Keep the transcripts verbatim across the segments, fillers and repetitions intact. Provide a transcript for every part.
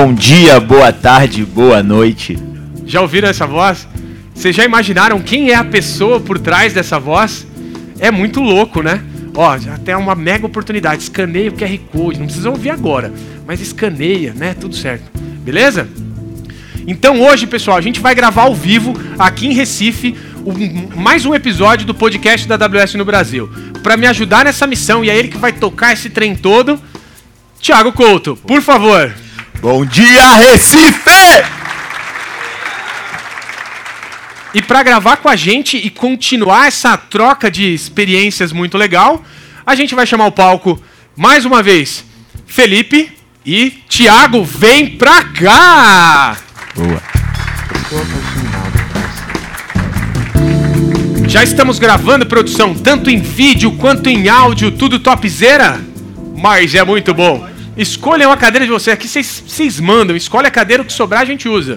Bom dia, boa tarde, boa noite. Já ouviram essa voz? Vocês já imaginaram quem é a pessoa por trás dessa voz? É muito louco, né? Ó, já tem uma mega oportunidade. Escaneia o Q R Code, não precisa ouvir agora, mas escaneia, né? Tudo certo. Beleza? Então hoje, pessoal, a gente vai gravar ao vivo aqui em Recife um, mais um episódio do podcast da A W S no Brasil. Para me ajudar nessa missão, e é ele que vai tocar esse trem todo, Thiago Couto, por favor. Bom dia, Recife! E para gravar com a gente e continuar essa troca de experiências muito legal, a gente vai chamar o palco mais uma vez Felipe e Thiago, vem pra cá! Boa. Já estamos gravando, produção, tanto em vídeo quanto em áudio, tudo topzera? Mas é muito bom. Escolham a cadeira de vocês, aqui vocês mandam, escolhe a cadeira, o que sobrar a gente usa.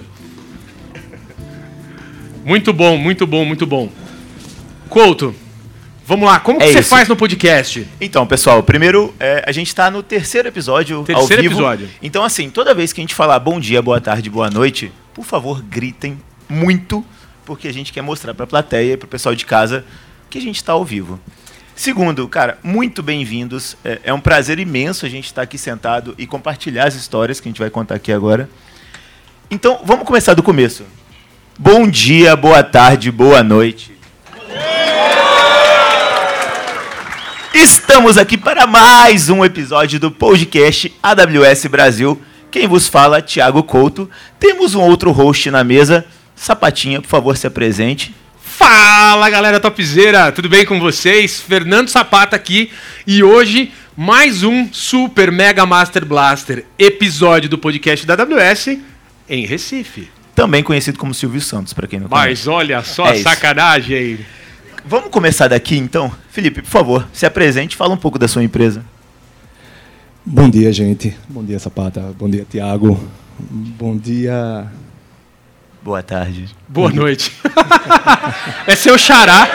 Muito bom, muito bom, muito bom. Couto, vamos lá, como que É você isso. faz no podcast? Então, pessoal, primeiro, é, a gente tá no terceiro episódio Terceiro ao vivo. episódio. Então, assim, toda vez que a gente falar bom dia, boa tarde, boa noite, por favor, gritem muito, porque a gente quer mostrar pra plateia e pro pessoal de casa que a gente tá ao vivo. Segundo, cara, muito bem-vindos. É, é um prazer imenso a gente estar aqui sentado e compartilhar as histórias que a gente vai contar aqui agora. Então, vamos começar do começo. Bom dia, boa tarde, boa noite. Estamos aqui para mais um episódio do podcast A W S Brasil. Quem vos fala, Thiago Couto. Temos um outro host na mesa. Sapatinha, por favor, se apresente. Fala, galera topzera, tudo bem com vocês? Fernando Sapata aqui e hoje mais um Super Mega Master Blaster episódio do podcast da A W S em Recife. Também conhecido como Silvio Santos, para quem não conhece. Mas olha só É a isso. sacanagem aí. Vamos começar daqui, então? Felipe, por favor, se apresente e fala um pouco da sua empresa. Bom dia, gente. Bom dia, Sapata. Bom dia, Thiago. Bom dia... Boa tarde. Boa noite. É seu xará.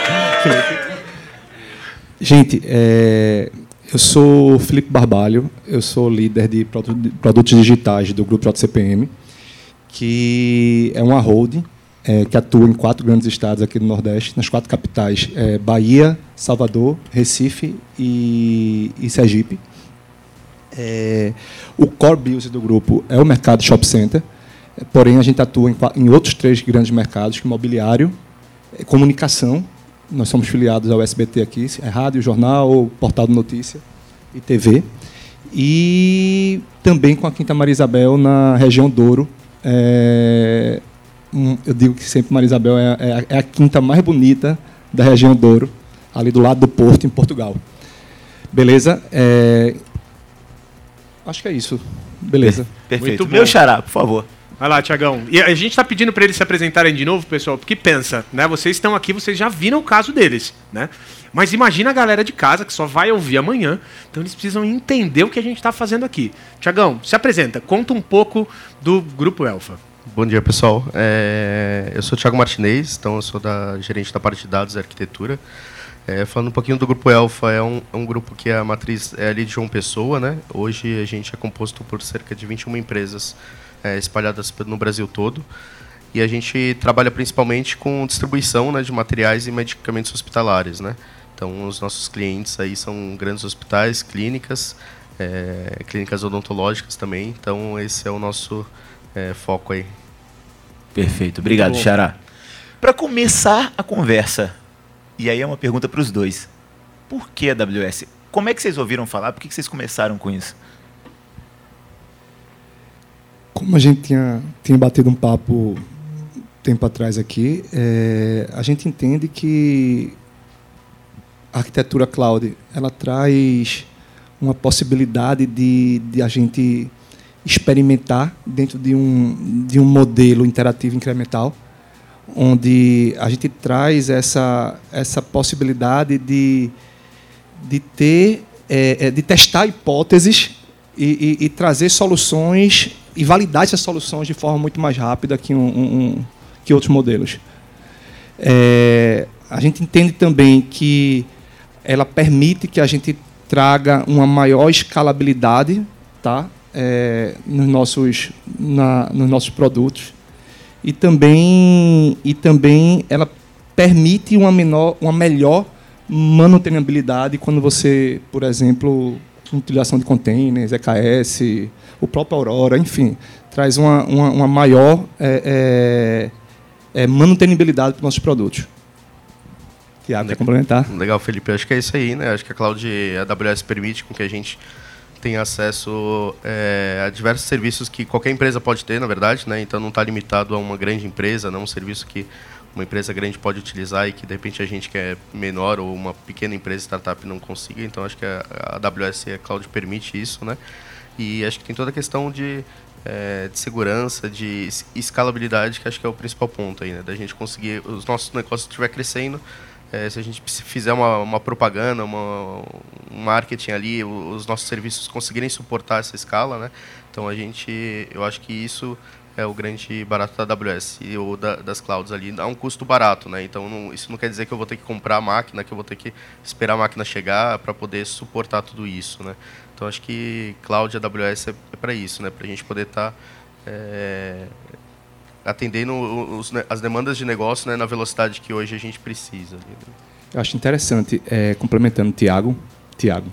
Gente, é, eu sou Felipe Barbalho, eu sou líder de produ- produtos digitais do Grupo J C P M, que é uma holding é, que atua em quatro grandes estados aqui do Nordeste, nas quatro capitais, é, Bahia, Salvador, Recife e, e Sergipe. É, o core business do grupo é o mercado Shop Center, porém a gente atua em, qua- em outros três grandes mercados, que é imobiliário, é, comunicação. Nós somos filiados ao S B T aqui, é rádio, jornal, portal de notícia e T V. E também com a Quinta Maria Isabel na região Douro. É, um, eu digo que sempre Maria Isabel é, é, a, é a quinta mais bonita da região Douro, ali do lado do Porto, em Portugal. Beleza? É, acho que é isso. Beleza. Perfeito. Muito bom. Meu xará, por favor. Vai lá, Thiagão. E a gente tá pedindo para eles se apresentarem de novo, pessoal, porque pensa, né? Vocês estão aqui, vocês já viram o caso deles, né? Mas imagina a galera de casa que só vai ouvir amanhã, então eles precisam entender o que a gente tá fazendo aqui. Thiagão, se apresenta, conta um pouco do Grupo Elfa. Bom dia, pessoal. É, eu sou o Thiago Martinez, então eu sou da gerente da parte de dados e arquitetura. É, falando um pouquinho do Grupo Elfa, é um, é um grupo que a matriz é ali de João Pessoa, né? Hoje a gente é composto por cerca de vinte e uma empresas é, espalhadas no Brasil todo. E a gente trabalha principalmente com distribuição, né, de materiais e medicamentos hospitalares, né? Então, os nossos clientes aí são grandes hospitais, clínicas, é, clínicas odontológicas também. Então, esse é o nosso é, foco aí. Perfeito. Obrigado, Bom. xará. Para começar a conversa, e aí é uma pergunta para os dois. Por que a W S? Como é que vocês ouviram falar? Por que que vocês começaram com isso? Como a gente tinha, tinha batido um papo tempo atrás aqui, é, a gente entende que a arquitetura cloud ela traz uma possibilidade de, de a gente experimentar dentro de um, de um modelo interativo incremental, onde a gente traz essa, essa possibilidade de, de ter, é, de testar hipóteses e, e, e trazer soluções e validar essas soluções de forma muito mais rápida que, um, um, que outros modelos. É, a gente entende também que ela permite que a gente traga uma maior escalabilidade, tá? é, nos, nossos, na, nos nossos produtos. E também, e também ela permite uma, menor, uma melhor manutenibilidade quando você, por exemplo, utilização de containers, E K S, o próprio Aurora, enfim, traz uma, uma, uma maior é, é, é, manutenibilidade para os nossos produtos. Tiago, quer complementar? Legal, Felipe. Acho que é isso aí, né? Acho que a Cloud A W S permite com que a gente tenha acesso é, a diversos serviços que qualquer empresa pode ter, na verdade, né? Então não está limitado a uma grande empresa, não um serviço que uma empresa grande pode utilizar e que de repente a gente que é menor ou uma pequena empresa, startup, não consiga. Então acho que a, a AWS e a Cloud permite isso, né? E acho que tem toda a questão de, é, de segurança, de escalabilidade, que acho que é o principal ponto aí, né? Da gente conseguir, os nossos negócios estiver crescendo, é, se a gente fizer uma, uma propaganda, uma, um marketing ali, os nossos serviços conseguirem suportar essa escala, né? Então a gente, eu acho que isso é o grande barato da A W S e ou da, das clouds ali, a um custo barato, né? Então não, isso não quer dizer que eu vou ter que comprar a máquina, que eu vou ter que esperar a máquina chegar para poder suportar tudo isso, né? Então acho que cloud e A W S é, é para isso, né? Para a gente poder estar tá, é, atendendo os, as demandas de negócio, né, na velocidade que hoje a gente precisa. Eu acho interessante, é, complementando o Tiago, Tiago,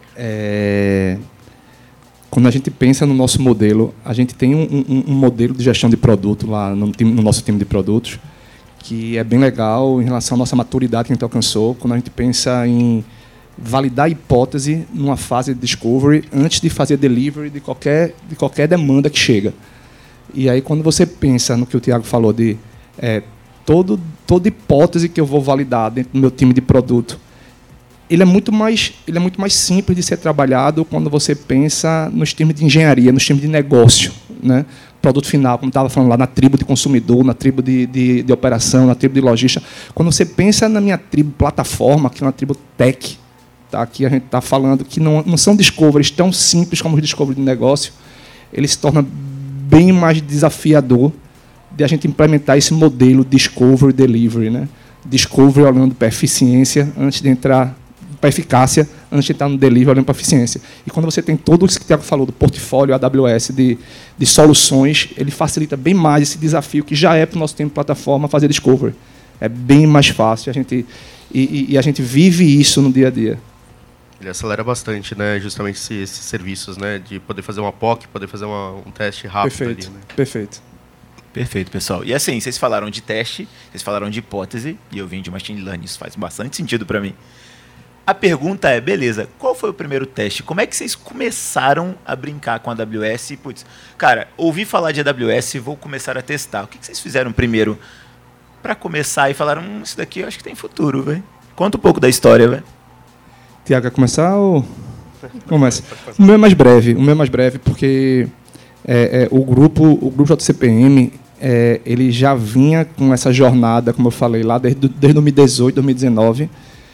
é, quando a gente pensa no nosso modelo, a gente tem um, um, um modelo de gestão de produto lá no, time, no nosso time de produtos, que é bem legal em relação à nossa maturidade que a gente alcançou, quando a gente pensa em validar a hipótese numa fase de discovery antes de fazer delivery de qualquer, de qualquer demanda que chega. E aí, quando você pensa no que o Tiago falou de é, todo, toda hipótese que eu vou validar dentro do meu time de produto, ele é muito mais, ele é muito mais simples de ser trabalhado quando você pensa nos times de engenharia, nos times de negócio, né? Produto final, como estava falando lá, na tribo de consumidor, na tribo de, de, de operação, na tribo de logística. Quando você pensa na minha tribo plataforma, que é uma tribo tech, tá? Aqui a gente está falando que não, não são discoveries tão simples como os discoveries de negócio, ele se torna bem mais desafiador de a gente implementar esse modelo Discovery Delivery, né? Discovery olhando para eficiência antes de entrar, para eficácia antes de entrar no Delivery olhando para eficiência. E quando você tem tudo isso que o Tiago falou do portfólio A W S de, de soluções, ele facilita bem mais esse desafio que já é para o nosso tempo de plataforma fazer Discovery. É bem mais fácil a gente, e, e, e a gente vive isso no dia a dia. Ele acelera bastante, né, justamente esses, esses serviços, né, de poder fazer uma P O C, poder fazer uma, um teste rápido. Perfeito, ali, né? Perfeito. Perfeito, pessoal. E assim, vocês falaram de teste, vocês falaram de hipótese, e eu vim de machine learning, isso faz bastante sentido para mim. A pergunta é, beleza, qual foi o primeiro teste? Como é que vocês começaram a brincar com a AWS? Putz, cara, ouvi falar de A W S, vou começar a testar. O que vocês fizeram primeiro para começar e falaram, hum, isso daqui eu acho que tem futuro, velho? Conta um pouco da história, velho. Tiago, quer começar ou... Começa. O meu é mais breve, o meu é mais breve porque é, é, o grupo, o grupo J C P M, é, ele já vinha com essa jornada, como eu falei, lá desde, desde dois mil e dezoito, dois mil e dezenove,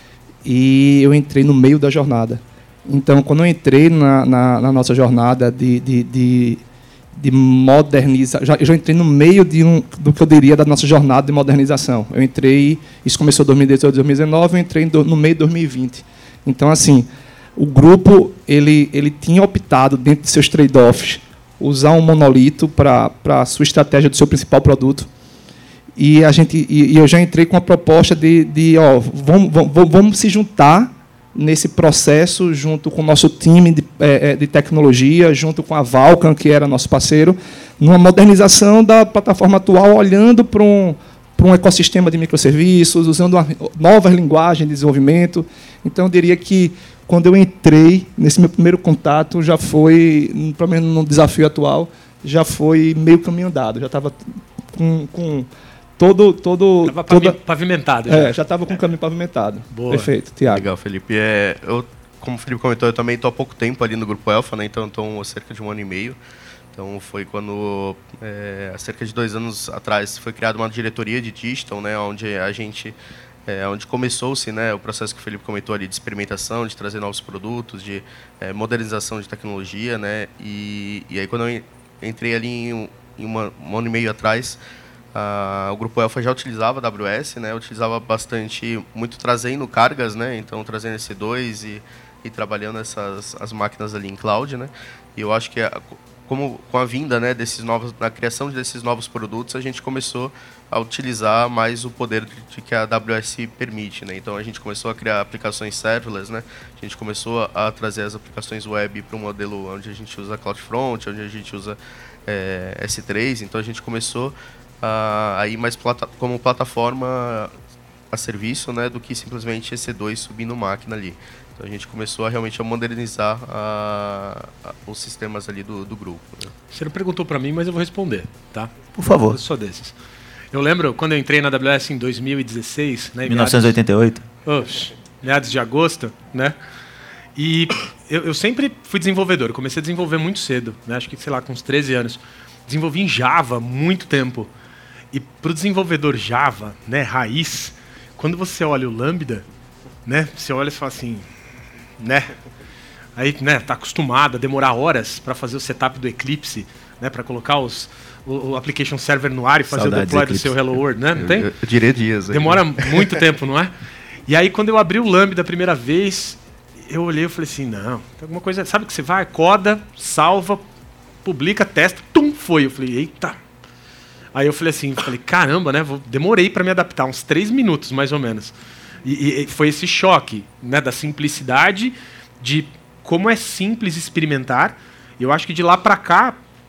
e eu entrei no meio da jornada. Então, quando eu entrei na, na, na nossa jornada de, de, de, de modernizar, já, eu já entrei no meio de um, do que eu diria da nossa jornada de modernização. Eu entrei, isso começou em dois mil e dezoito, dois mil e dezenove, eu entrei no meio de dois mil e vinte. Então, assim, o grupo ele, ele tinha optado, dentro de seus trade-offs, usar um monolito para a sua estratégia do seu principal produto. E, a gente, e, e eu já entrei com a proposta de, de ó, vamos, vamos, vamos se juntar nesse processo, junto com o nosso time de, é, de tecnologia, junto com a Vulcan, que era nosso parceiro, numa modernização da plataforma atual, olhando para um, para um ecossistema de microserviços, usando uma, novas linguagens de desenvolvimento. Então, eu diria que, quando eu entrei, nesse meu primeiro contato, já foi, pelo menos no desafio atual, já foi meio caminho andado. Já estava com, com todo... todo Estava toda, pavimentado. Já é, estava com o caminho pavimentado. Boa. Perfeito, Tiago. Legal, Felipe. É, eu, como o Felipe comentou, eu também estou há pouco tempo ali no Grupo Alpha, né? Então estou há cerca de um ano e meio. Então foi quando, é, há cerca de dois anos atrás, foi criada uma diretoria de digital, né? Onde a gente... É, onde começou-se, né, o processo que o Felipe comentou ali de experimentação, de trazer novos produtos, de é, modernização de tecnologia, né, e, e aí quando eu entrei ali em, em uma, um ano e meio atrás, a, o Grupo Alpha já utilizava a AWS, né, utilizava bastante, muito trazendo cargas, né, então trazendo E C dois e, e trabalhando essas as máquinas ali em cloud, né, E eu acho que a, como com a vinda, né, desses novos, na criação desses novos produtos, a gente começou a utilizar mais o poder de que a A W S permite, né? Então a gente começou a criar aplicações serverless, né? A gente começou a trazer as aplicações web para um modelo onde a gente usa CloudFront, onde a gente usa é, S três. Então a gente começou a, a ir mais plata, como plataforma a serviço, né, do que simplesmente E C dois subindo máquina ali. Então a gente começou a realmente a modernizar a, a, os sistemas ali do, do grupo. Né? Você não perguntou para mim, mas eu vou responder, tá? Por favor. Eu sou desses. Eu lembro quando eu entrei na A W S em dois mil e dezesseis, né, mil novecentos e oitenta e oito. Meados, oh, meados de agosto, né? E eu, eu sempre fui desenvolvedor. Eu comecei a desenvolver muito cedo, né? Acho que, sei lá, com uns treze anos. Desenvolvi em Java muito tempo. E para o desenvolvedor Java, né, raiz, quando você olha o Lambda, né, você olha e fala assim, né? Aí, né, tá acostumado a demorar horas para fazer o setup do Eclipse, né, para colocar os, o, o application server no ar e fazer Saudades o deploy do Eclipse. seu Hello World, né? Não tem? Eu, eu diria dias. Demora muito tempo, não é? E aí, quando eu abri o Lambda a primeira vez, eu olhei e falei assim, não, tem alguma coisa... Sabe que você vai, coda, salva, publica, testa, tum, foi. Eu falei, eita. Aí eu falei assim, falei, caramba, né? Vou, demorei para me adaptar, uns três minutos, mais ou menos. E, e foi esse choque, né, da simplicidade, de como é simples experimentar. Eu acho que de lá para cá,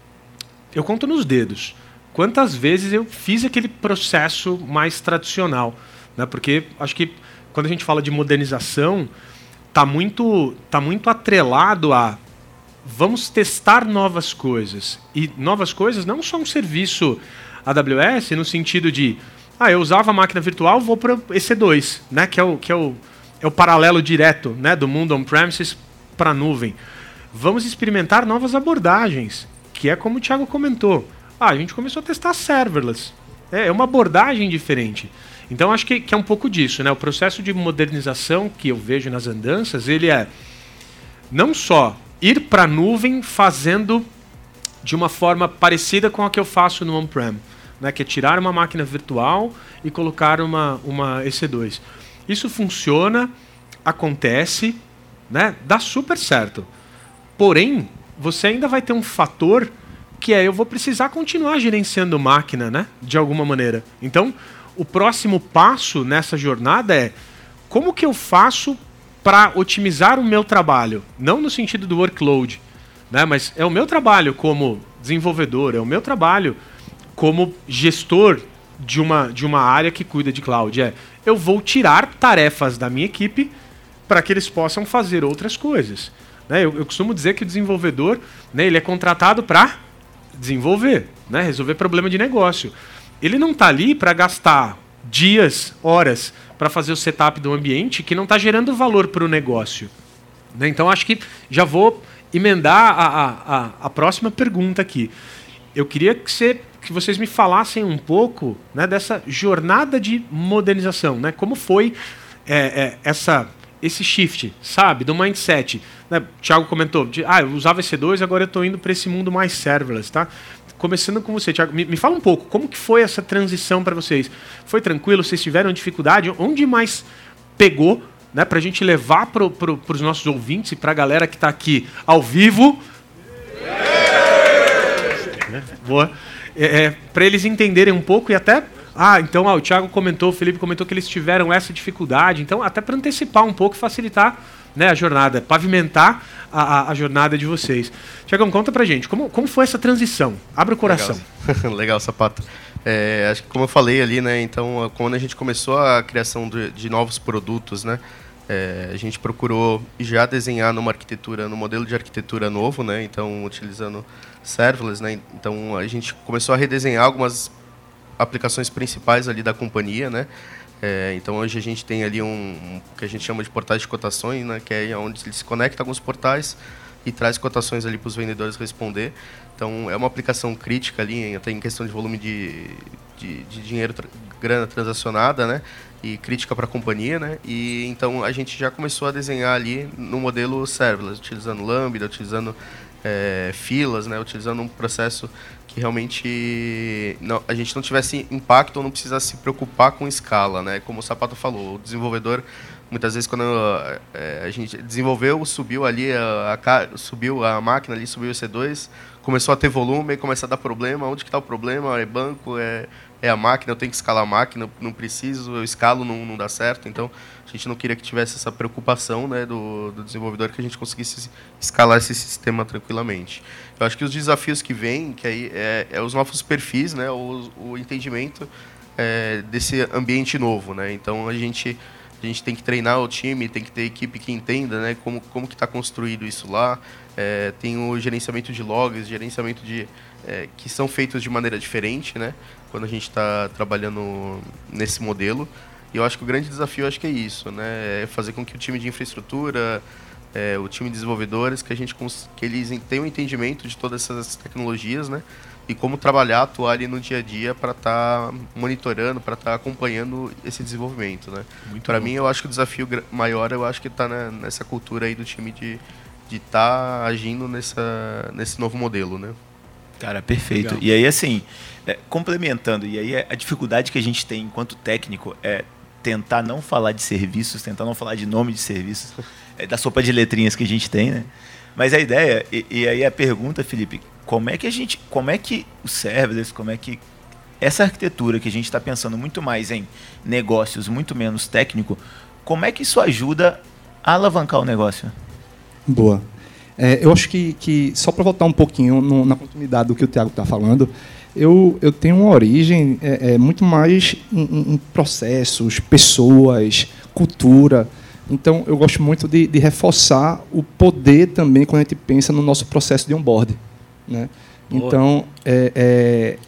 eu conto nos dedos. Quantas vezes eu fiz aquele processo mais tradicional, né? Porque acho que quando a gente fala de modernização, tá muito, tá muito atrelado a vamos testar novas coisas. E novas coisas não só um serviço A W S no sentido de ah, eu usava a máquina virtual, vou para E C dois, né? Que é o, que é o, é o paralelo direto, né, do mundo on-premises para a nuvem. Vamos experimentar novas abordagens, que é como o Thiago comentou. Ah, a gente começou a testar serverless. É, é uma abordagem diferente. Então, acho que, que é um pouco disso, né? O processo de modernização que eu vejo nas andanças, ele é não só ir para a nuvem fazendo de uma forma parecida com a que eu faço no on-prem, né, que é tirar uma máquina virtual e colocar uma, uma E C dois. Isso funciona, acontece, né, dá super certo. Porém, você ainda vai ter um fator que é eu vou precisar continuar gerenciando máquina, né, de alguma maneira. Então, o próximo passo nessa jornada é como que eu faço para otimizar o meu trabalho? Não no sentido do workload, né, mas é o meu trabalho como desenvolvedor, é o meu trabalho como gestor de uma, de uma área que cuida de cloud. É, eu vou tirar tarefas da minha equipe para que eles possam fazer outras coisas. Né? Eu, eu costumo dizer que o desenvolvedor, né, ele é contratado para desenvolver, né, resolver problema de negócio. Ele não está ali para gastar dias, horas, para fazer o setup do ambiente que não está gerando valor para o negócio. Né? Então, acho que já vou emendar a, a, a, a próxima pergunta aqui. Eu queria que você... que vocês me falassem um pouco, né, dessa jornada de modernização, né? Como foi é, é, essa, esse shift, sabe, do mindset. Né? O Thiago comentou, de, ah, eu usava E C dois, agora eu estou indo para esse mundo mais serverless, tá? Começando com você, Thiago, me, me fala um pouco, como que foi essa transição para vocês? Foi tranquilo? Vocês tiveram dificuldade? Onde mais pegou, né, para a gente levar para pro, os nossos ouvintes e para a galera que está aqui ao vivo? Boa. É, é, para eles entenderem um pouco e até... Ah, então ah, o Thiago comentou, o Felipe comentou que eles tiveram essa dificuldade. Então, até para antecipar um pouco e facilitar, né, a jornada, pavimentar a, a, a jornada de vocês. Thiagão, conta pra gente, como, como foi essa transição? Abre o coração. Legal, Legal Sapato. É, acho que como eu falei ali, né, então, quando a gente começou a criação de, de novos produtos, né, é, a gente procurou já desenhar numa arquitetura, no modelo de arquitetura novo, né, então, utilizando serverless, né? Então a gente começou a redesenhar algumas aplicações principais ali da companhia, né? É, então hoje a gente tem ali um, um que a gente chama de portais de cotações, né? Que é onde ele se conecta a alguns portais e traz cotações ali para os vendedores responder. Então é uma aplicação crítica ali, até em questão de volume de, de, de dinheiro, tra grana transacionada, né? E crítica para a companhia, né? E então a gente já começou a desenhar ali no modelo serverless, utilizando Lambda, utilizando É, filas, né, utilizando um processo que realmente não, a gente não tivesse impacto ou não precisasse se preocupar com escala, né? Como o Sapato falou, o desenvolvedor Muitas vezes quando é, a gente desenvolveu, subiu ali a, a, subiu a máquina, ali subiu o C dois, começou a ter volume, começa a dar problema. Onde que está o problema? É banco, é, é a máquina, eu tenho que escalar a máquina, não preciso, eu escalo, não, não dá certo. Então, a gente não queria que tivesse essa preocupação, né, do, do desenvolvedor, que a gente conseguisse escalar esse sistema tranquilamente. Eu acho que os desafios que vêm, que aí é, é os novos perfis, né, o, o entendimento é, desse ambiente novo, né. Então, a gente... A gente tem que treinar o time, tem que ter equipe que entenda, né, como, como que está construído isso lá. É, tem o gerenciamento de logs, gerenciamento de é, que são feitos de maneira diferente, né, quando a gente está trabalhando nesse modelo. E eu acho que o grande desafio acho que é isso, né, é fazer com que o time de infraestrutura, é, o time de desenvolvedores, que a gente que eles tenham um entendimento de todas essas tecnologias, né, e como trabalhar, atuar ali no dia a dia para estar tá monitorando, para estar tá acompanhando esse desenvolvimento, né? Para mim, eu acho que o desafio maior, eu acho que está né, nessa cultura aí do time de de estar tá agindo nessa, nesse novo modelo, né? Cara, perfeito. Legal. E aí, assim, é, complementando, e aí a dificuldade que a gente tem enquanto técnico é tentar não falar de serviços, tentar não falar de nome de serviços, é da sopa de letrinhas que a gente tem, né? Mas a ideia, e, e aí a pergunta, Felipe, como é que a gente, como é que os serverless, como é que essa arquitetura que a gente está pensando muito mais em negócios, muito menos técnico, como é que isso ajuda a alavancar o negócio? Boa. É, eu acho que, que só para voltar um pouquinho no, na continuidade do que o Thiago está falando, eu, eu tenho uma origem é, é, muito mais em, em processos, pessoas, cultura. Então, eu gosto muito de, de reforçar o poder também quando a gente pensa no nosso processo de onboarding, né? Então, é, é,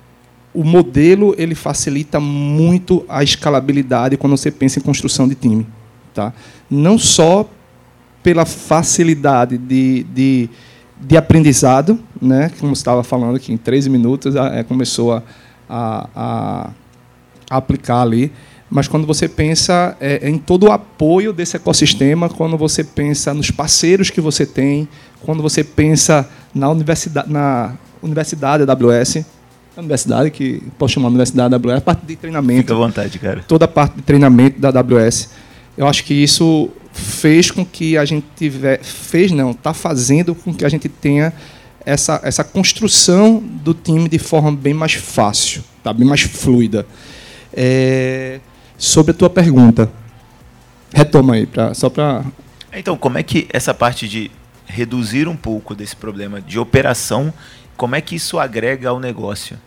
o modelo ele facilita muito a escalabilidade quando você pensa em construção de time, tá? Não só pela facilidade de, de, de aprendizado, né? Como você estava falando, que em treze minutos é, começou a, a, a, a aplicar ali, mas quando você pensa é, em todo o apoio desse ecossistema, quando você pensa nos parceiros que você tem, quando você pensa na universidade, na universidade A W S, a universidade que posso chamar de universidade A W S, a parte de treinamento. Fica à vontade, cara. Toda a parte de treinamento da A W S. Eu acho que isso fez com que a gente tiver, fez não, está fazendo com que a gente tenha essa, essa construção do time de forma bem mais fácil, tá? Bem mais fluida. É, sobre a tua pergunta, retoma aí, pra, só para... Então, como é que essa parte de reduzir um pouco desse problema de operação, como é que isso agrega ao negócio?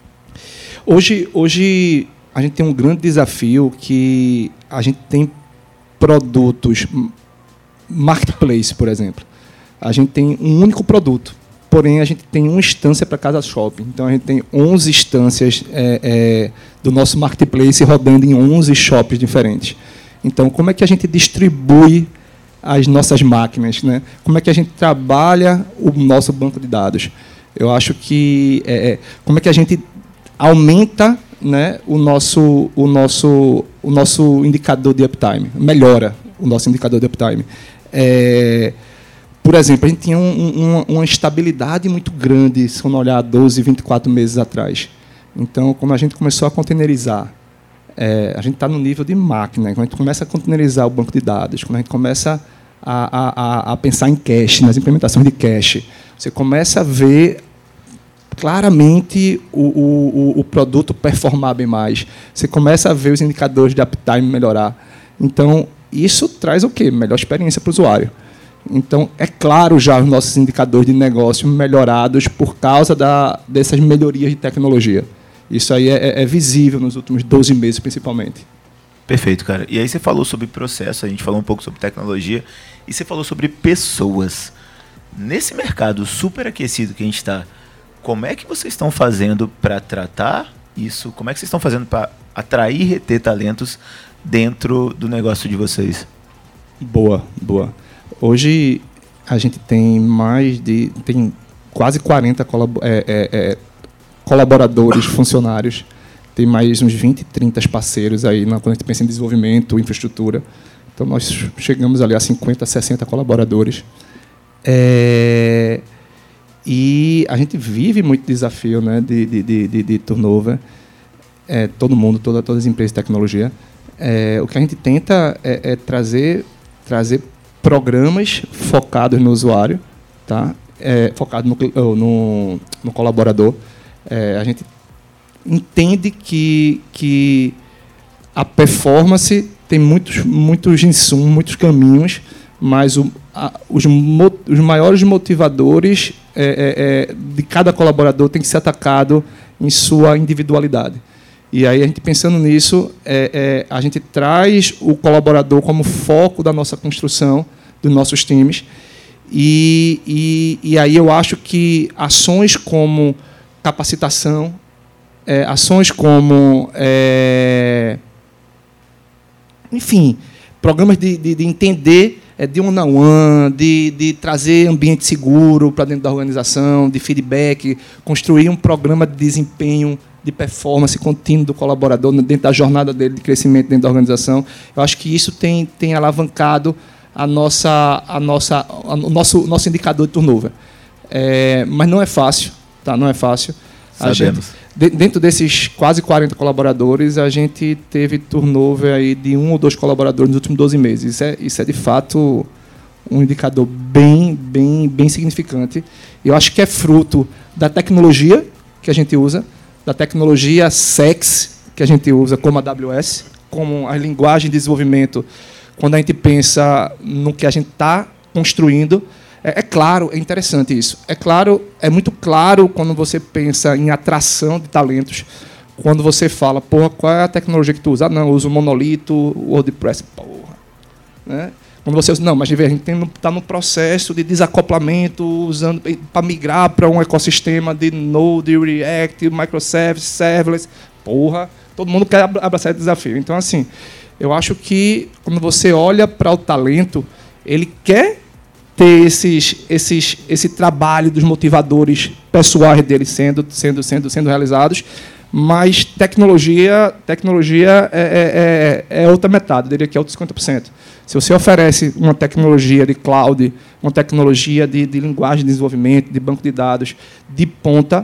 Hoje, hoje a gente tem um grande desafio que a gente tem produtos, marketplace, por exemplo. A gente tem um único produto, porém a gente tem uma instância para cada shopping. Então a gente tem onze instâncias é, é, do nosso marketplace rodando em onze shoppings diferentes. Então, como é que a gente distribui as nossas máquinas, né? Como é que a gente trabalha o nosso banco de dados? Eu acho que é, como é que a gente aumenta, né, o nosso o nosso o nosso indicador de uptime, melhora o nosso indicador de uptime. É, por exemplo, a gente tinha um, um, uma estabilidade muito grande, se não olhar doze, vinte e quatro meses atrás. Então, quando a gente começou a containerizar, é, a gente está no nível de máquina, quando a gente começa a containerizar o banco de dados, quando a gente começa a, a, a pensar em cache, nas implementações de cache, você começa a ver claramente o, o, o produto performar bem mais. Você começa a ver os indicadores de uptime melhorar. Então, isso traz o quê? Melhor experiência para o usuário. Então, é claro já os nossos indicadores de negócio melhorados por causa da, dessas melhorias de tecnologia. Isso aí é, é visível nos últimos doze meses, principalmente. Perfeito, cara. E aí você falou sobre processo, a gente falou um pouco sobre tecnologia, e você falou sobre pessoas. Nesse mercado super aquecido que a gente está, como é que vocês estão fazendo para tratar isso? Como é que vocês estão fazendo para atrair e reter talentos dentro do negócio de vocês? Boa, boa. Hoje a gente tem mais de... tem quase quarenta colab- é, é, é, colaboradores, funcionários. Tem mais uns vinte, trinta parceiros aí na, quando a gente pensa em desenvolvimento, infraestrutura. Então, nós chegamos ali a cinquenta, sessenta colaboradores. É... E a gente vive muito desafio, né, de, de, de, de turnover. É, todo mundo, toda, todas as empresas de tecnologia. É, o que a gente tenta é, é trazer, trazer programas focados no usuário, tá? É, focado no, no, no colaborador. É, a gente entende que, que a performance tem muitos, muitos insumos, muitos caminhos, mas o, a, os, mo, os maiores motivadores é, é, de cada colaborador tem que ser atacado em sua individualidade. E aí, a gente pensando nisso, é, é, a gente traz o colaborador como foco da nossa construção, dos nossos times. E, e, e aí eu acho que ações como capacitação, é, ações como, é, enfim, programas de, de, de entender, é, de one-on-one, de, de trazer ambiente seguro para dentro da organização, de feedback, construir um programa de desempenho, de performance contínuo do colaborador dentro da jornada dele de crescimento dentro da organização. Eu acho que isso tem, tem alavancado a nossa, a nossa, a, o nosso, nosso indicador de turnover. É, mas não é fácil, tá? Não é fácil. A gente, de, dentro desses quase quarenta colaboradores, a gente teve turnover aí de um ou dois colaboradores nos últimos doze meses. Isso é, isso é de fato um indicador bem, bem, bem significante. Eu acho que é fruto da tecnologia que a gente usa, da tecnologia S E X que a gente usa, como a A W S, como a linguagem de desenvolvimento. Quando a gente pensa no que a gente está construindo, é, é claro, é interessante isso. É claro, é muito claro quando você pensa em atração de talentos, quando você fala, porra, qual é a tecnologia que tu usa? Ah, não, eu uso Monolito, WordPress, porra. Né? Quando você usa, não, mas a gente está no processo de desacoplamento, usando para migrar para um ecossistema de Node, React, Microservices, Serverless, porra, todo mundo quer abraçar esse desafio. Então, assim, eu acho que, quando você olha para o talento, ele quer ter esses, esses, esse trabalho dos motivadores pessoais dele sendo, sendo, sendo, sendo realizados, mas tecnologia, tecnologia é, é, é outra metade, eu diria que é outros cinquenta por cento. Se você oferece uma tecnologia de cloud, uma tecnologia de, de linguagem de desenvolvimento, de banco de dados, de ponta,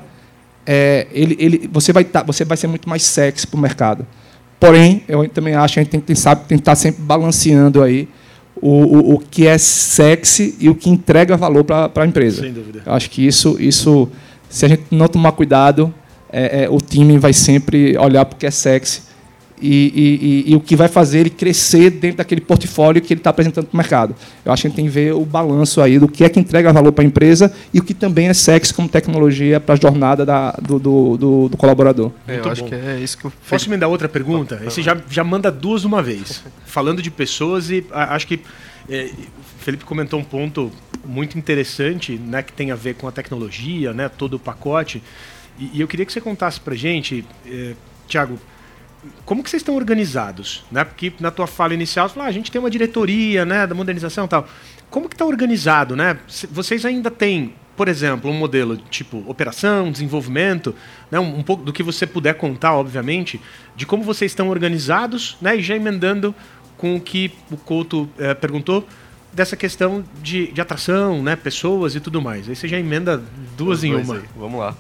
é, ele, ele, você, vai tá, você vai ser muito mais sexy para o mercado. Porém, eu também acho que a gente tem que sabe, tentar sempre balanceando aí o, o, o que é sexy e o que entrega valor para a empresa. Sem dúvida. Eu acho que isso, isso, se a gente não tomar cuidado, é, é, o time vai sempre olhar para o que é sexy e, e, e, e o que vai fazer ele crescer dentro daquele portfólio que ele está apresentando para o mercado. Eu acho que a gente tem que ver o balanço aí do que é que entrega valor para a empresa e o que também é sexy como tecnologia para a jornada da, do, do, do, do colaborador. É, eu acho que é isso que eu Posso emendar outra pergunta? Você já, já manda duas de uma vez. Falando de pessoas e a, acho que é, o Felipe comentou um ponto muito interessante, né, que tem a ver com a tecnologia, né, todo o pacote. E, e eu queria que você contasse para a gente, é, Thiago, como que vocês estão organizados? Né? Porque na tua fala inicial, você falou, ah, a gente tem uma diretoria, né, da modernização e tal. Como que está organizado? Né? Vocês ainda têm, por exemplo, um modelo tipo operação, desenvolvimento, né, um, um pouco do que você puder contar, obviamente, de como vocês estão organizados, né, e já emendando com o que o Couto eh, perguntou, dessa questão de, de atração, né, pessoas e tudo mais. Aí você já emenda duas em uma. Aí. Vamos lá.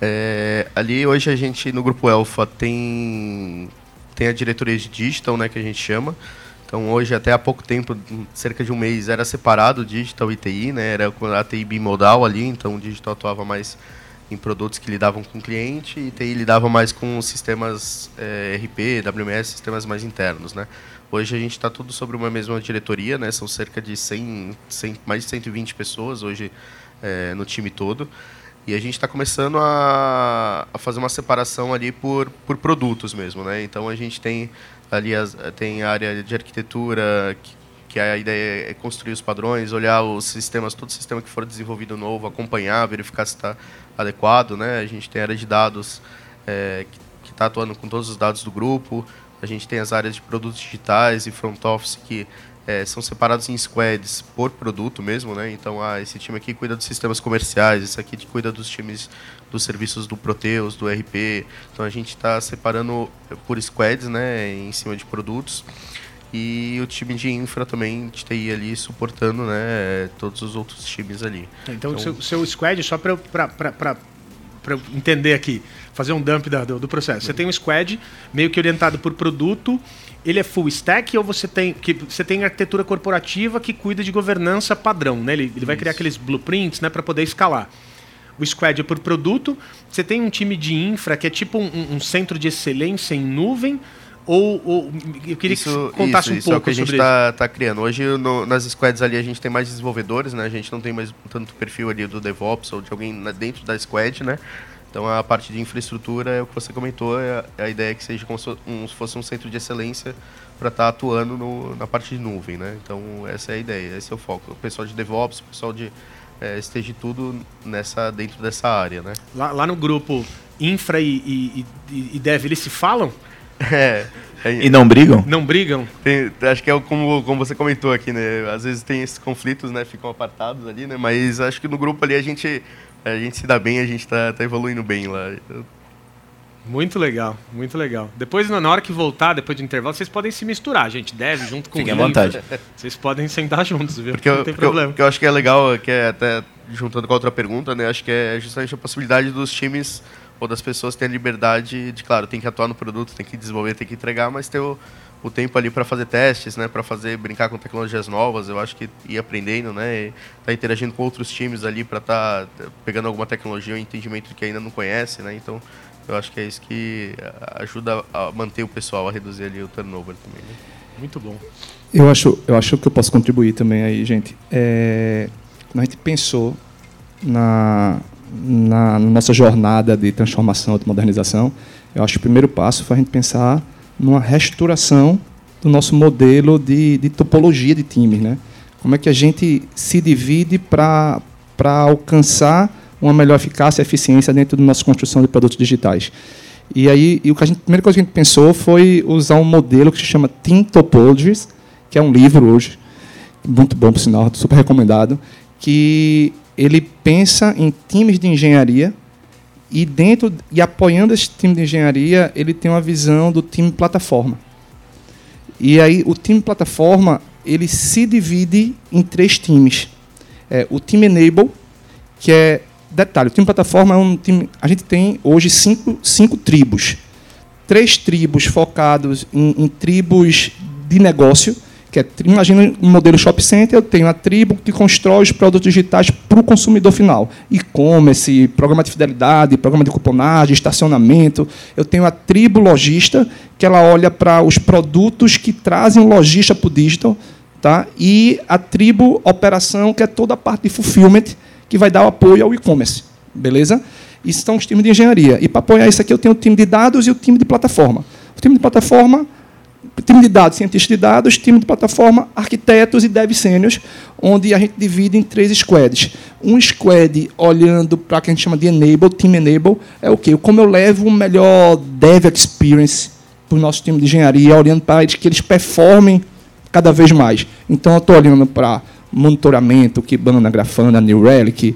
É, ali hoje a gente no Grupo Elfa tem, tem a diretoria de digital, né, que a gente chama. Então hoje até há pouco tempo, cerca de um mês, era separado digital e T I, né, era a T I bimodal ali, então o digital atuava mais em produtos que lidavam com o cliente e T I lidava mais com sistemas é, R P, W M S, sistemas mais internos, né. Hoje a gente está tudo sobre uma mesma diretoria, né, são cerca de cem, cem, mais de cento e vinte pessoas hoje é, no time todo. E a gente está começando a, a fazer uma separação ali por, por produtos mesmo, né? Então a gente tem ali as, tem a área de arquitetura, que, que a ideia é construir os padrões, olhar os sistemas, todo sistema que for desenvolvido novo, acompanhar, verificar se está adequado, né? A gente tem a área de dados, é, que está atuando com todos os dados do grupo. A gente tem as áreas de produtos digitais e front office que É, são separados em squads por produto mesmo, né? Então, ah, esse time aqui cuida dos sistemas comerciais, esse aqui cuida dos times dos serviços do Proteus, do R P. Então, a gente está separando por squads, né, em cima de produtos. E o time de infra também, de T I ali, suportando, né, todos os outros times ali. Então, o então, seu, seu squad, só para eu entender aqui, fazer um dump da, do, do processo. Você tem um squad meio que orientado por produto, ele é full stack ou você tem, que, você tem arquitetura corporativa que cuida de governança padrão, né? Ele, ele vai criar aqueles blueprints, né, para poder escalar. O squad é por produto, você tem um time de infra que é tipo um, um centro de excelência em nuvem, ou, ou eu queria isso, que você contasse isso, um isso pouco é o que a gente sobre está tá criando. Hoje, no, nas squads ali, a gente tem mais desenvolvedores, né? A gente não tem mais tanto perfil ali do DevOps ou de alguém dentro da squad, né? Então, a parte de infraestrutura é o que você comentou, é a, a ideia é que seja como se um, fosse um centro de excelência para estar tá atuando no, na parte de nuvem, né? Então, essa é a ideia, esse é o foco. O pessoal de DevOps, o pessoal de... É, esteja tudo nessa, dentro dessa área, né? Lá, lá no grupo Infra e, e, e, e Dev, eles se falam? É, é, e não brigam? Não brigam? Tem, acho que é como, como você comentou aqui, né? Às vezes tem esses conflitos, né? Ficam apartados ali, né? Mas acho que no grupo ali a gente, a gente se dá bem, a gente tá, tá evoluindo bem lá. Muito legal, muito legal. Depois, na hora que voltar, depois do intervalo, vocês podem se misturar, gente. Deve, junto com o Fiquem à vontade. Vocês podem sentar juntos, viu? Porque não eu, tem porque problema. O que eu acho que é legal, que é até juntando com a outra pergunta, né? Acho que é justamente a possibilidade dos times ou das pessoas terem liberdade de, claro, tem que atuar no produto, tem que desenvolver, tem que entregar, mas ter o, o tempo ali para fazer testes, né? Para fazer, brincar com tecnologias novas, eu acho que ir aprendendo, né? E tá interagindo com outros times ali para estar tá pegando alguma tecnologia ou entendimento que ainda não conhece, né? Então, eu acho que é isso que ajuda a manter o pessoal, a reduzir ali o turnover também. Né? Muito bom. Eu acho, eu acho que eu posso contribuir também aí, gente. É, quando a gente pensou na, na, na nossa jornada de transformação, de modernização, eu acho que o primeiro passo foi a gente pensar numa reestruturação do nosso modelo de, de topologia de times, né? Como é que a gente se divide para para alcançar uma melhor eficácia e eficiência dentro da nossa construção de produtos digitais. E aí, e o que a, gente, a primeira coisa que a gente pensou foi usar um modelo que se chama Team Topologies, que é um livro hoje, muito bom, por sinal, super recomendado, que ele pensa em times de engenharia e, dentro, e apoiando esse time de engenharia, ele tem uma visão do time plataforma. E aí, o time plataforma, ele se divide em três times. É, o time Enable, que é... Detalhe, o time plataforma é um time... A gente tem hoje cinco, cinco tribos. Três tribos focados em, em tribos de negócio, que é, imagina um modelo shopping center, eu tenho a tribo que constrói os produtos digitais para o consumidor final. E-commerce, programa de fidelidade, programa de cuponagem, estacionamento. Eu tenho a tribo lojista, que ela olha para os produtos que trazem lojista para o digital, tá? E a tribo operação, que é toda a parte de fulfillment, que vai dar o apoio ao e-commerce, beleza? Isso são os times de engenharia. E para apoiar isso aqui, eu tenho o time de dados e o time de plataforma. O time de plataforma, time de dados, cientista de dados, time de plataforma, arquitetos e dev sêniors, onde a gente divide em três squads. Um squad olhando para o que a gente chama de enable, team enable, é o quê? Como eu levo o melhor dev experience para o nosso time de engenharia, olhando para eles, que eles performem cada vez mais. Então, eu estou olhando para monitoramento, Kibana, Grafana, New Relic.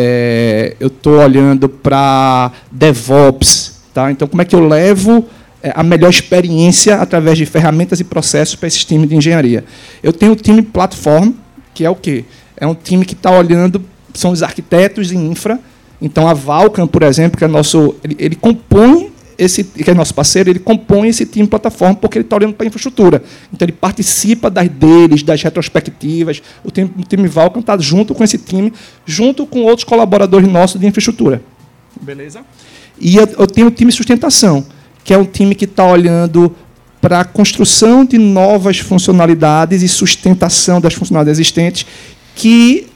É, eu estou olhando para DevOps. Tá? Então, como é que eu levo é, a melhor experiência através de ferramentas e processos para esses times de engenharia? Eu tenho o time Platform, que é o quê? É um time que está olhando, são os arquitetos em infra. Então, a Vulkan, por exemplo, que é nosso, ele, ele compõe esse, que é nosso parceiro, ele compõe esse time plataforma porque ele está olhando para a infraestrutura. Então, ele participa das deles, das retrospectivas. O time, o time Vulkan está junto com esse time, junto com outros colaboradores nossos de infraestrutura. Beleza? E eu, eu tenho o time sustentação, que é um time que está olhando para a construção de novas funcionalidades e sustentação das funcionalidades existentes que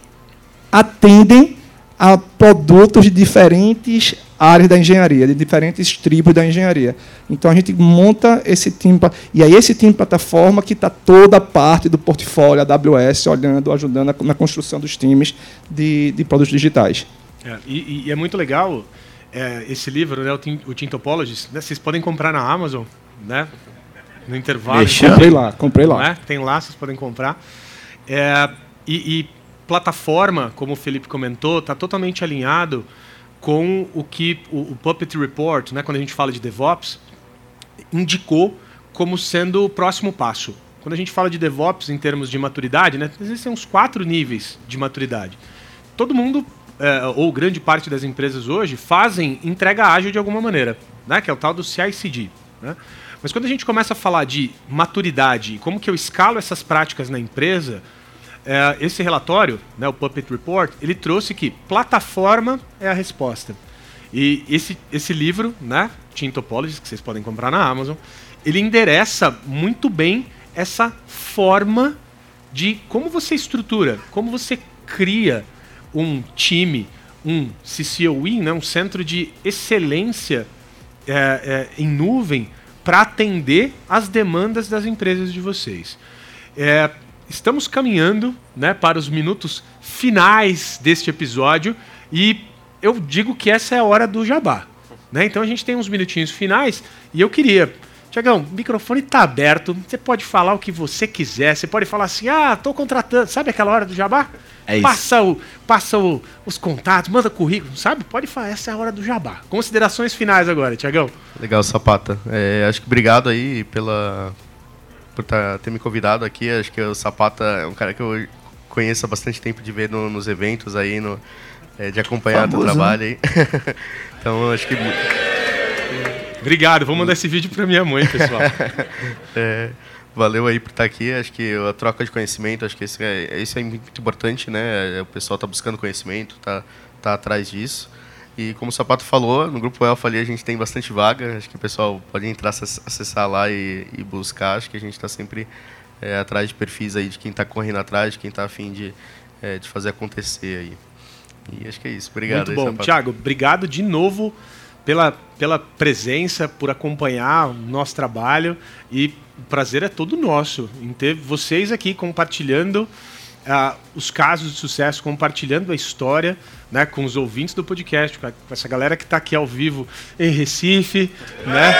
atendem a produtos de diferentes áreas da engenharia, de diferentes tribos da engenharia. Então, a gente monta esse time... E aí, esse time plataforma que está toda a parte do portfólio A W S, olhando, ajudando na, na construção dos times de, de produtos digitais. É, e, e é muito legal é, esse livro, né, o, Team, o Team Topologies, né, vocês podem comprar na Amazon, né, no intervalo. Deixa. Comprei lá, comprei lá. É? Tem lá, vocês podem comprar. É, e, e plataforma, como o Felipe comentou, está totalmente alinhado com o que o, o Puppet Report, né, quando a gente fala de DevOps, indicou como sendo o próximo passo. Quando a gente fala de DevOps em termos de maturidade, né, existem uns quatro níveis de maturidade. Todo mundo é, ou grande parte das empresas hoje, fazem entrega ágil de alguma maneira, né? Que é o tal do C I C D. Né? Mas quando a gente começa a falar de maturidade e como que eu escalo essas práticas na empresa, é, esse relatório, né, o Puppet Report, ele trouxe que plataforma é a resposta. E esse, esse livro, né, Team Topologies, que vocês podem comprar na Amazon, ele endereça muito bem essa forma de como você estrutura, como você cria um time, um C C O I, né, um centro de excelência é, é, em nuvem para atender às demandas das empresas de vocês. É, estamos caminhando, né, para os minutos finais deste episódio e eu digo que essa é a hora do jabá. Né? Então a gente tem uns minutinhos finais e eu queria... Tiagão, o microfone está aberto, você pode falar o que você quiser, você pode falar assim, ah, estou contratando, sabe aquela hora do jabá? É isso. Passa, o, passa o, os contatos, manda currículo, sabe? Pode falar, essa é a hora do jabá. Considerações finais agora, Tiagão. Legal, Sapata. É, acho que obrigado aí pela, por tá, ter me convidado aqui. Acho que o Sapata é um cara que eu conheço há bastante tempo de ver no, nos eventos aí, no, é, de acompanhar o teu trabalho aí. Então, acho que... Obrigado, vou mandar esse vídeo para minha mãe, pessoal. é, valeu aí por estar aqui, acho que a troca de conhecimento, acho que isso é, isso é muito importante, né? O pessoal está buscando conhecimento, está tá atrás disso. E como o Sapato falou, no Grupo Elfa ali a gente tem bastante vaga, acho que o pessoal pode entrar, acessar lá e, e buscar, acho que a gente está sempre é, atrás de perfis aí, de quem está correndo atrás, de quem está a fim de, é, de fazer acontecer aí. E acho que é isso, obrigado. Muito bom, Thiago, obrigado de novo Pela, pela presença, por acompanhar o nosso trabalho e o prazer é todo nosso em ter vocês aqui compartilhando uh, os casos de sucesso, compartilhando a história, né, com os ouvintes do podcast, com, a, com essa galera que está aqui ao vivo em Recife, né?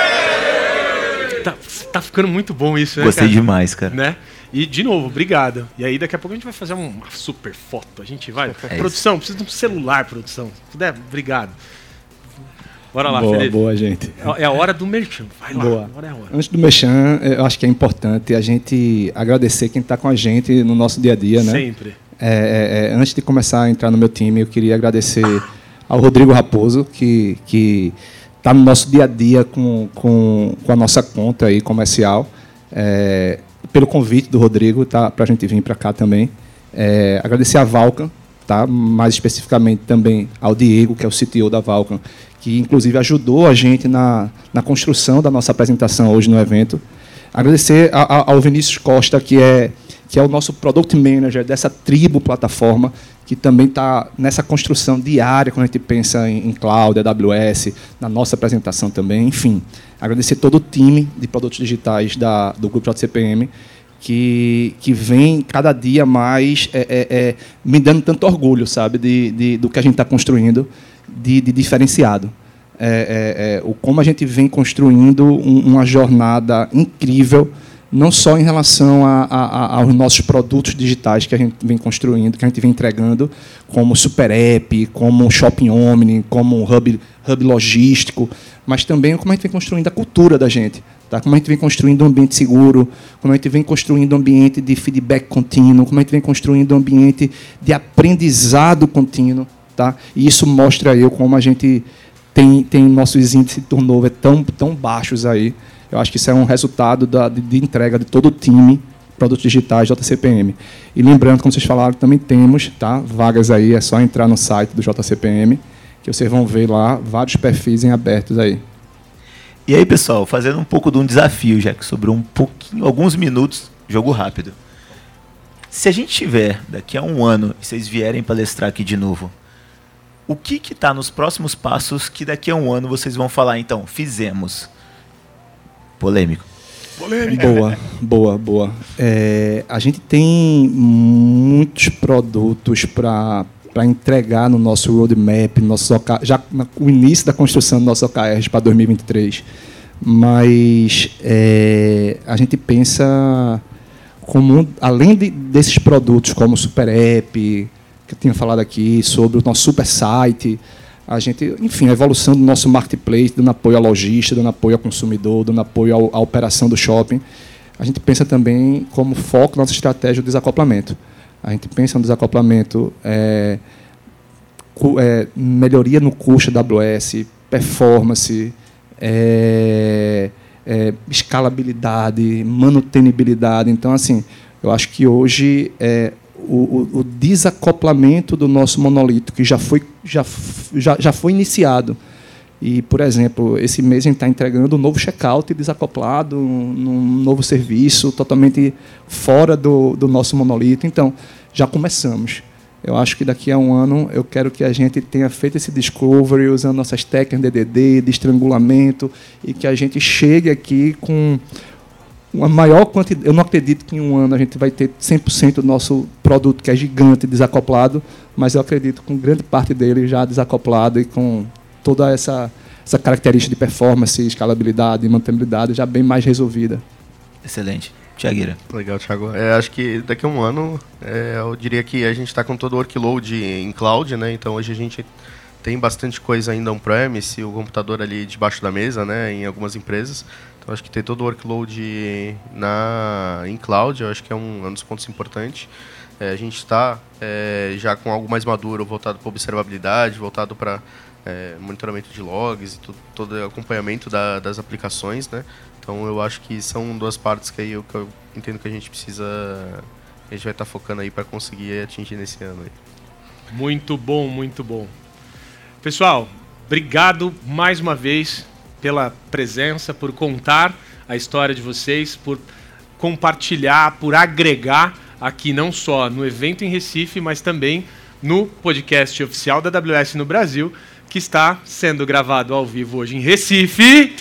Tá, tá ficando muito bom isso, né? Gostei cara? demais, cara. Né? E, de novo, obrigado. E aí, daqui a pouco a gente vai fazer uma super foto. A gente vai... É produção, precisa de um celular, produção. Se puder, obrigado. Bora lá, boa, Felipe. Boa, gente. É a hora do merchan. Vai lá. Boa. Agora é a hora. Antes do merchan, eu acho que é importante a gente agradecer quem está com a gente no nosso dia a dia, né? Sempre. É, é, antes de começar a entrar no meu time, eu queria agradecer ao Rodrigo Raposo, que que está no nosso dia a dia com, com, com a nossa conta aí comercial, é, pelo convite do Rodrigo, tá, para a gente vir para cá também. É, agradecer a Valcam, tá, mais especificamente também ao Diego, que é o C T O da Valcam, que inclusive ajudou a gente na, na construção da nossa apresentação hoje no evento. Agradecer a, a, ao Vinícius Costa, que é, que é o nosso Product Manager dessa tribo plataforma, que também está nessa construção diária, quando a gente pensa em, em cloud, A W S, na nossa apresentação também. Enfim, agradecer todo o time de produtos digitais da, do Grupo J C P M, que, que vem cada dia mais é, é, é, me dando tanto orgulho, sabe, de, de, do que a gente está construindo, de, de diferenciado. É, é, é, o como a gente vem construindo um, uma jornada incrível, não só em relação a, a, a, aos nossos produtos digitais que a gente vem construindo, que a gente vem entregando, como Super App, como Shopping Omni, como Hub, hub logístico, mas também como a gente vem construindo a cultura da gente, tá? Como a gente vem construindo um ambiente seguro, como a gente vem construindo um ambiente de feedback contínuo, como a gente vem construindo um ambiente de aprendizado contínuo. Tá? E isso mostra eu como a gente tem, tem nossos índices de turnover tão, tão baixos aí. Eu acho que isso é um resultado da, de, de entrega de todo o time Produtos Digitais J C P M. E lembrando, como vocês falaram, também temos, tá, vagas aí, é só entrar no site do J C P M, que vocês vão ver lá vários perfis em abertos aí. E aí, pessoal, fazendo um pouco de um desafio, já que sobrou um pouquinho, alguns minutos, jogo rápido. Se a gente tiver daqui a um ano e vocês vierem palestrar aqui de novo, o que está nos próximos passos que daqui a um ano vocês vão falar, então, fizemos? Polêmico. Polêmica. Boa, boa, boa. É, a gente tem muitos produtos para para entregar no nosso roadmap, no nosso, já no início da construção do nosso O K R para dois mil e vinte e três. Mas é, a gente pensa, como, além de, desses produtos como o Super App, que eu tinha falado aqui, sobre o nosso super site, a gente, enfim, a evolução do nosso marketplace, dando apoio à logística, dando apoio ao consumidor, dando apoio ao, à operação do shopping, a gente pensa também como foco nossa estratégia o desacoplamento. A gente pensa no desacoplamento é, é, melhoria no custo da A W S, performance, é, é, escalabilidade, manutenibilidade. Então, assim, eu acho que hoje é, o, o, o desacoplamento do nosso monolito, que já foi, já, já, já foi iniciado. E, por exemplo, esse mês a gente está entregando um novo checkout desacoplado, um, um novo serviço totalmente fora do, do nosso monolito. Então, já começamos. Eu acho que daqui a um ano eu quero que a gente tenha feito esse discovery usando nossas técnicas de D D D, de estrangulamento, e que a gente chegue aqui com uma maior quantidade. Eu não acredito que em um ano a gente vai ter cem por cento do nosso produto, que é gigante, desacoplado, mas eu acredito com grande parte dele já desacoplado e com toda essa, essa característica de performance, escalabilidade e mantenibilidade já bem mais resolvida. Excelente. Tiagueira. Legal, Thiago. É, acho que daqui a um ano, é, eu diria que a gente está com todo o workload em cloud, né? Então hoje a gente tem bastante coisa ainda on-premise, o computador ali debaixo da mesa, né? Em algumas empresas. Então acho que ter todo o workload na, em cloud, eu acho que é um, um dos pontos importantes. É, a gente está é, já com algo mais maduro, voltado para observabilidade, voltado para É, monitoramento de logs e tudo, todo o acompanhamento da, das aplicações, né? Então eu acho que são duas partes que, aí eu, que eu entendo que a gente precisa, a gente vai estar tá focando aí para conseguir atingir nesse ano aí. Muito bom, muito bom. Pessoal, obrigado mais uma vez pela presença, por contar a história de vocês, por compartilhar, por agregar aqui não só no evento em Recife, mas também no podcast oficial da A W S no Brasil, que está sendo gravado ao vivo hoje em Recife.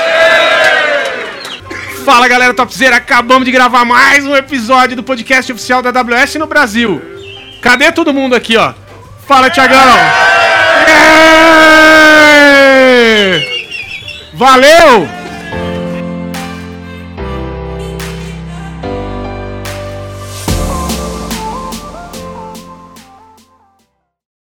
Aê! Fala, galera topzera, acabamos de gravar mais um episódio do podcast oficial da A W S no Brasil. Cadê todo mundo aqui, ó? Fala, Thiagão! Aê! Valeu!